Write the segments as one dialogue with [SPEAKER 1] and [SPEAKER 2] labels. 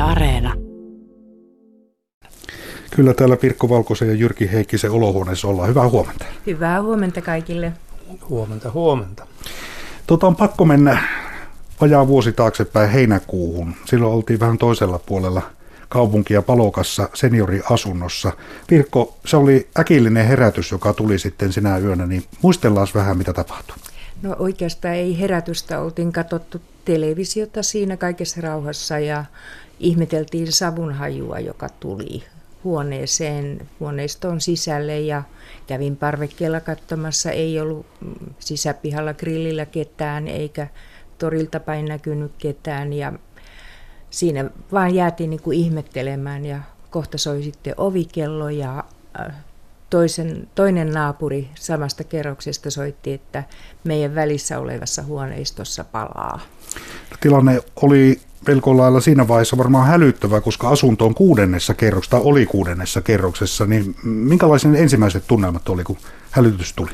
[SPEAKER 1] Areena.
[SPEAKER 2] Kyllä täällä Pirkko Valkosen ja Jyrki Heikkisen olohuoneessa ollaan. Hyvää huomenta.
[SPEAKER 3] Hyvää huomenta kaikille.
[SPEAKER 4] Huomenta.
[SPEAKER 2] On pakko mennä vajaa vuosi taaksepäin heinäkuuhun. Silloin oltiin vähän toisella puolella kaupunkia Palokassa senioriasunnossa. Pirkko, se oli äkillinen herätys, joka tuli sitten sinä yönä, niin muistellaan vähän, mitä tapahtui.
[SPEAKER 3] No oikeastaan ei herätystä, oltiin katsottu televisiota siinä kaikessa rauhassa ja ihmeteltiin savunhajua, joka tuli huoneistoon sisälle ja kävin parvekkeella katsomassa, ei ollut sisäpihalla grillillä ketään eikä torilta päin näkynyt ketään ja siinä vaan jäätiin niin kuin ihmettelemään ja kohta soi sitten ovikello ja toinen naapuri samasta kerroksesta soitti, että meidän välissä olevassa huoneistossa palaa.
[SPEAKER 2] Tilanne oli melko lailla siinä vaiheessa varmaan hälyttävä, koska asunto on 6. kerroksessa tai oli 6. kerroksessa, niin minkälaisen ensimmäiset tunnelmat oli, kun hälytys tuli?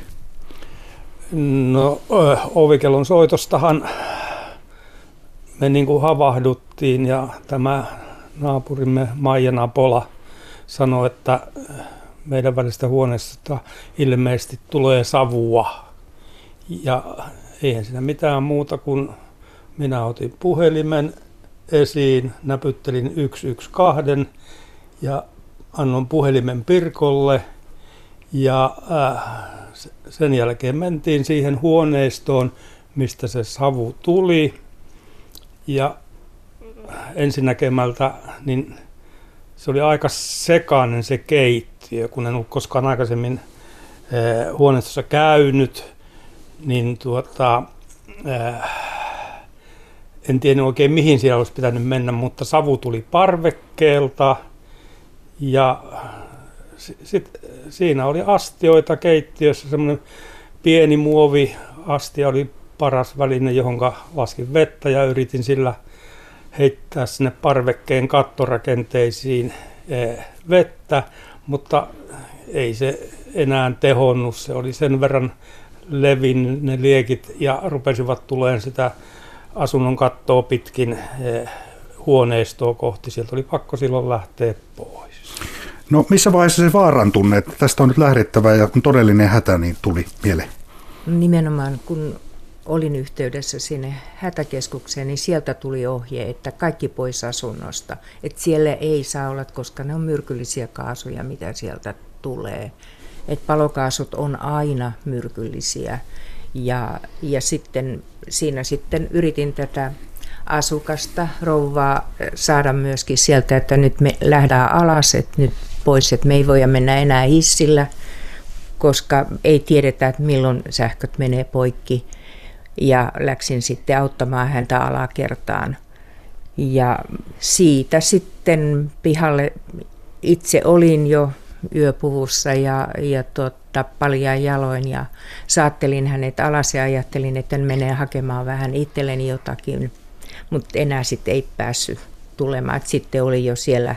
[SPEAKER 4] No ovikellon soitostahan me niin kuin havahduttiin ja tämä naapurimme Maija Napola sanoi, että meidän välistä huoneesta ilmeisesti tulee savua. Ja eihän siinä mitään muuta kuin minä otin puhelimen esiin, näpyttelin 112 ja annoin puhelimen Pirkolle ja sen jälkeen mentiin siihen huoneistoon, mistä se savu tuli. Ja ensinnäkemältä niin se oli aika sekainen se keittiö, kun en ollut koskaan aikaisemmin huoneistossa käynyt, niin en tiedä oikein mihin siellä olisi pitänyt mennä, mutta savu tuli parvekkeelta ja siinä oli astioita keittiössä, semmoinen pieni muoviastia oli paras väline, johon laskin vettä ja yritin sillä heittää sinne parvekkeen kattorakenteisiin vettä, mutta ei se enää tehonnut. Se oli sen verran levinnyt ne liekit ja rupesivat tulemaan sitä asunnon kattoa pitkin huoneistoa kohti. Sieltä oli pakko silloin lähteä pois.
[SPEAKER 2] No missä vaiheessa se vaaran tunne, että tästä on nyt lähdettävä ja kun todellinen hätä niin tuli mieleen?
[SPEAKER 3] Nimenomaan kun olin yhteydessä sinne hätäkeskukseen, niin sieltä tuli ohje, että kaikki pois asunnosta. Että siellä ei saa olla, koska ne on myrkyllisiä kaasuja, mitä sieltä tulee. Että palokaasut on aina myrkyllisiä. Ja sitten siinä sitten yritin tätä asukasta, rouvaa, saada myöskin sieltä, että nyt me lähdään alas, että nyt pois, että me ei voida mennä enää hissillä, koska ei tiedetä, että milloin sähköt menee poikki. Ja läksin sitten auttamaan häntä alakertaan. Ja siitä sitten pihalle itse olin jo yöpuvussa ja paljain jaloin ja saattelin hänet alas ja ajattelin, että menee hakemaan vähän itselleni jotakin, mutta enää sitten ei päässyt tulemaan. Et sitten oli jo siellä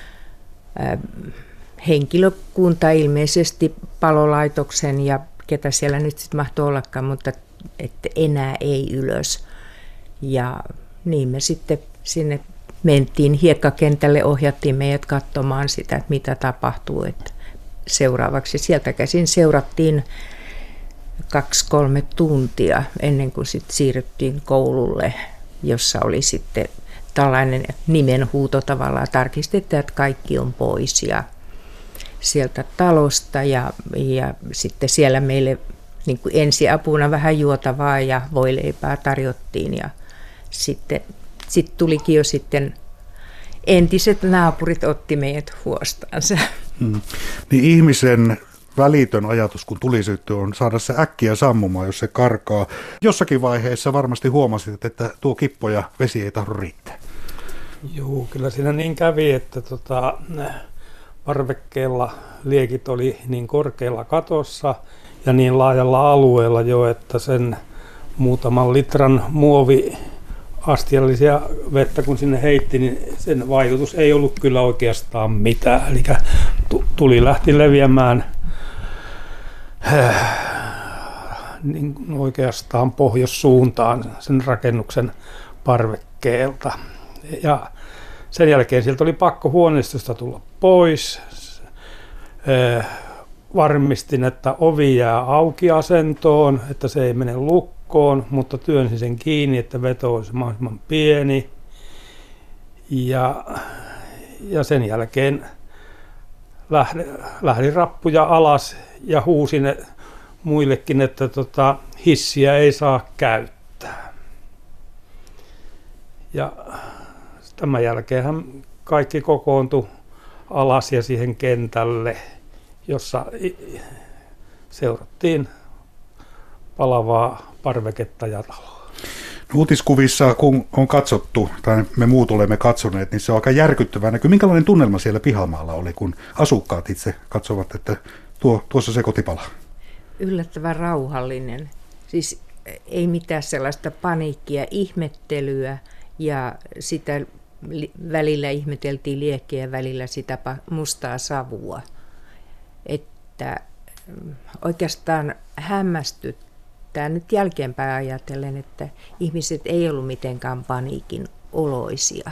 [SPEAKER 3] henkilökunta ilmeisesti palolaitoksen ja ketä siellä nyt sitten mahtoi ollakaan, mutta että enää ei ylös. Ja niin me sitten sinne mentiin hiekkakentälle, ohjattiin meidät katsomaan sitä, että mitä tapahtuu. Että seuraavaksi sieltä käsin seurattiin 2-3 tuntia ennen kuin sitten siirryttiin koululle, jossa oli sitten tällainen nimenhuuto tavallaan. Tarkistettiin, että kaikki on pois ja sieltä talosta ja sitten siellä meille niin kuin ensiapuna vähän juotavaa ja voileipää tarjottiin ja sitten tulikin jo sitten entiset naapurit otti meidät huostaansa.
[SPEAKER 2] Niin ihmisen välitön ajatus, kun tulisyttö on saada se äkkiä sammumaan, jos se karkaa. Jossakin vaiheessa varmasti huomasit, että tuo kippo ja vesi ei tahdo riittää.
[SPEAKER 4] Joo, kyllä siinä niin kävi, että parvekkeella liekit oli niin korkealla katossa ja niin laajalla alueella jo, että sen muutaman litran muoviastiallisia vettä kun sinne heitti, niin sen vaikutus ei ollut kyllä oikeastaan mitään. Eli tuli lähti leviämään niin oikeastaan pohjoissuuntaan sen rakennuksen parvekkeelta. Ja Sen jälkeen sieltä oli pakko huoneistosta tulla pois. Varmistin, että ovi jää auki asentoon, että se ei mene lukkoon, mutta työnsin sen kiinni, että veto olisi mahdollisimman pieni. Ja sen jälkeen lähdin rappuja alas ja huusin muillekin, että hissiä ei saa käyttää. Ja tämän jälkeenhän kaikki kokoontui alas ja siihen kentälle, jossa seurattiin palavaa parveketta ja taloa.
[SPEAKER 2] No, uutiskuvissa, kun on katsottu, tai me muut olemme katsoneet, niin se on aika järkyttävää näkyy. Minkälainen tunnelma siellä pihamaalla oli, kun asukkaat itse katsovat, että tuossa se kotipala?
[SPEAKER 3] Yllättävän rauhallinen. Siis ei mitään sellaista paniikkia, ihmettelyä ja sitä välillä ihmeteltiin liekkiä ja välillä sitä mustaa savua. Että oikeastaan hämmästyttää nyt jälkeenpäin ajatellen, että ihmiset ei ollut mitenkään paniikin oloisia.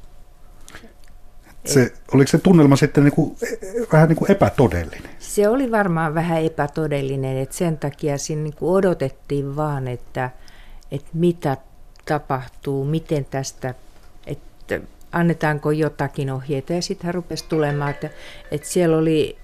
[SPEAKER 2] Oliko se tunnelma sitten vähän niin kuin epätodellinen?
[SPEAKER 3] Se oli varmaan vähän epätodellinen, että sen takia siinä niin kuin odotettiin vaan, että mitä tapahtuu, miten tästä, että annetaanko jotakin ohjeita. Ja sitten hän rupesi tulemaan, että siellä oli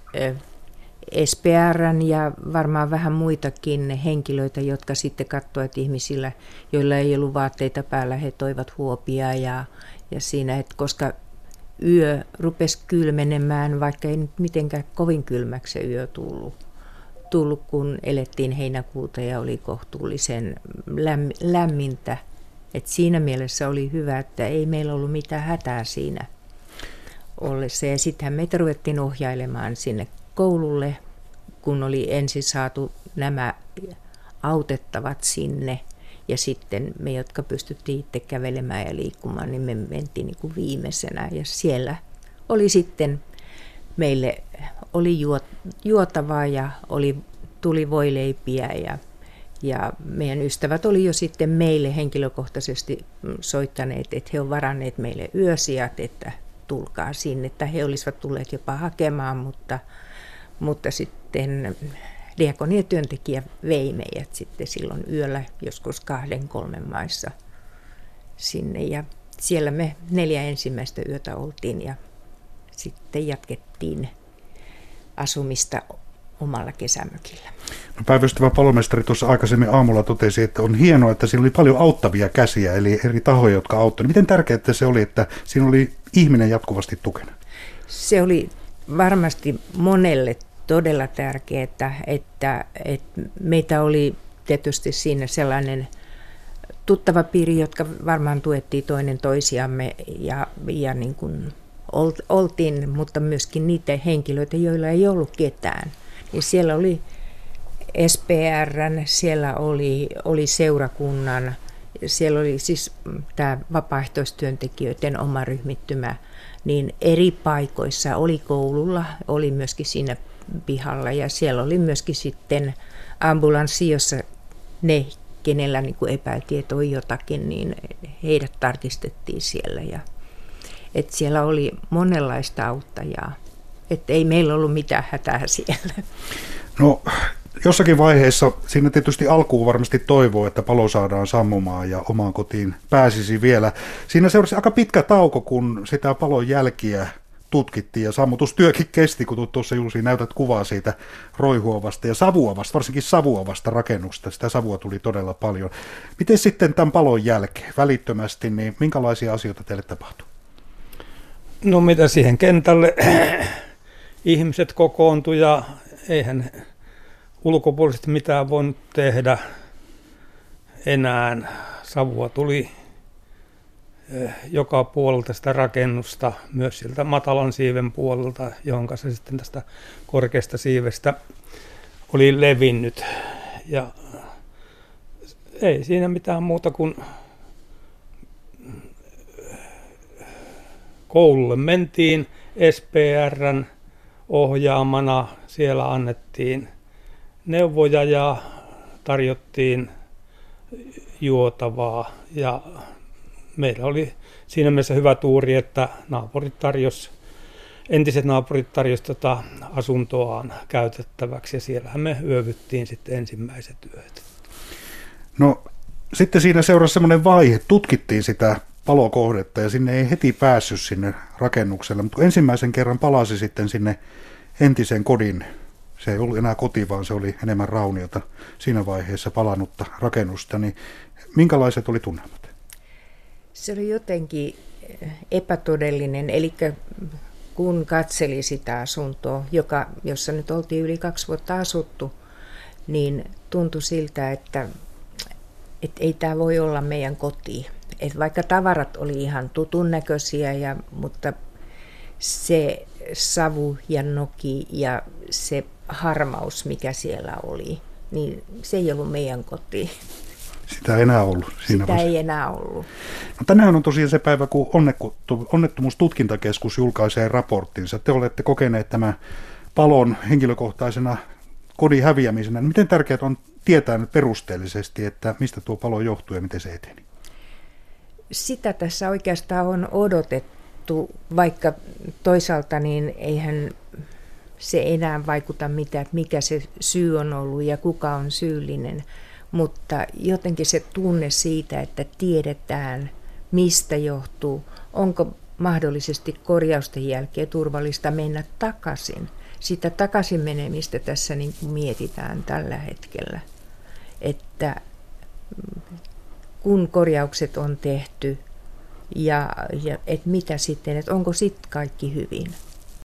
[SPEAKER 3] SPR:n ja varmaan vähän muitakin henkilöitä, jotka sitten katsoivat, että ihmisillä, joilla ei ollut vaatteita päällä, he toivat huopia ja siinä, että koska yö rupesi kylmenemään, vaikka ei nyt mitenkään kovin kylmäksi se yö tullut, kun elettiin heinäkuuta ja oli kohtuullisen lämmintä. Et siinä mielessä oli hyvä, että ei meillä ollut mitään hätää siinä ollessa. Ja sittenhän meitä ruvettiin ohjailemaan sinne koululle, kun oli ensin saatu nämä autettavat sinne. Ja sitten me, jotka pystyttiin itse kävelemään ja liikkumaan, niin me mentiin niin kuin viimeisenä. Ja siellä oli sitten, meille oli juotavaa ja tuli voileipiä ja meidän ystävät oli jo sitten meille henkilökohtaisesti soittaneet, että he on varanneet meille yösijat, että tulkaa sinne. Että he olisivat tulleet jopa hakemaan, mutta sitten diakoniatyöntekijä vei meidät sitten silloin yöllä joskus 2-3 maissa sinne. Ja siellä me 4 ensimmäistä yötä oltiin ja sitten jatkettiin asumista omalla kesämökillä.
[SPEAKER 2] No, päivystävä palomestari tuossa aikaisemmin aamulla totesi, että on hienoa, että siinä oli paljon auttavia käsiä, eli eri tahoja, jotka auttoivat. Miten tärkeää se oli, että siinä oli ihminen jatkuvasti tukena?
[SPEAKER 3] Se oli varmasti monelle todella tärkeää, että meitä oli tietysti siinä sellainen tuttava piiri, jotka varmaan tuettiin toinen toisiamme ja niin kuin oltiin, mutta myöskin niitä henkilöitä, joilla ei ollut ketään. Niin siellä oli SPR:n, siellä oli seurakunnan, siellä oli siis tämä vapaaehtoistyöntekijöiden oma ryhmittymä, niin eri paikoissa oli koululla, oli myöskin siinä pihalla ja siellä oli myöskin sitten ambulanssi, jossa ne, kenellä niin kuin epäiltiin, että on jotakin, niin heidät tarkistettiin siellä. Että siellä oli monenlaista auttajaa, että ei meillä ollut mitään hätää siellä.
[SPEAKER 2] No, jossakin vaiheessa siinä tietysti alkuun varmasti toivoo, että palo saadaan sammumaan ja omaan kotiin pääsisi vielä. Siinä seurasi aika pitkä tauko, kun sitä palon jälkiä tutkittiin ja sammutustyökin kesti, kun tuossa Jussi näytät kuvaa siitä roihuavasta ja savuavasta, varsinkin savuavasta rakennuksesta. Sitä savua tuli todella paljon. Miten sitten tämän palon jälkeen välittömästi, niin minkälaisia asioita teille tapahtui?
[SPEAKER 4] No mitä siihen kentälle? Ihmiset kokoontui ja eihän ulkopuolisesti mitään voinut tehdä enää. Savua tuli joka puolelta sitä rakennusta, myös sieltä matalan siiven puolelta, johon se sitten tästä korkeasta siivestä oli levinnyt. Ja ei siinä mitään muuta kuin koululle mentiin SPR:n ohjaamana. Siellä annettiin neuvoja ja tarjottiin juotavaa ja meillä oli siinä mielessä hyvä tuuri, että entiset naapurit tarjosivat asuntoaan käytettäväksi ja siellähän me yövyttiin sitten ensimmäiset yöt.
[SPEAKER 2] No sitten siinä seurasi semmoinen vaihe, tutkittiin sitä palokohdetta ja sinne ei heti päässyt sinne rakennukselle, mutta kun ensimmäisen kerran palasi sitten sinne entisen kodin, se ei ollut enää koti, vaan se oli enemmän rauniota siinä vaiheessa palannutta rakennusta, niin minkälaiset oli tunnelmat?
[SPEAKER 3] Se oli jotenkin epätodellinen, eli kun katseli sitä asuntoa, jossa nyt oltiin yli 2 vuotta asuttu, niin tuntui siltä, että ei tämä voi olla meidän koti. Et vaikka tavarat oli ihan tutun näköisiä, mutta se savu ja noki ja se harmaus, mikä siellä oli, niin se ei ollut meidän koti.
[SPEAKER 2] Sitä ei enää ollut siinä
[SPEAKER 3] Sitä ei enää ollut.
[SPEAKER 2] No, tänään on tosiaan se päivä, kun Onnettomuustutkintakeskus julkaisee raporttinsa. Te olette kokeneet tämän palon henkilökohtaisena kodin häviämisenä. Miten tärkeää on tietää nyt perusteellisesti, että mistä tuo palo johtuu ja miten se eteni?
[SPEAKER 3] Sitä tässä oikeastaan on odotettu, vaikka toisaalta niin eihän se enää vaikuta mitään, että mikä se syy on ollut ja kuka on syyllinen. Mutta jotenkin se tunne siitä, että tiedetään, mistä johtuu, onko mahdollisesti korjausten jälkeen turvallista mennä takaisin. Sitä takaisin menemistä tässä niin kuin mietitään tällä hetkellä, että kun korjaukset on tehty ja että mitä sitten, että onko sitten kaikki hyvin.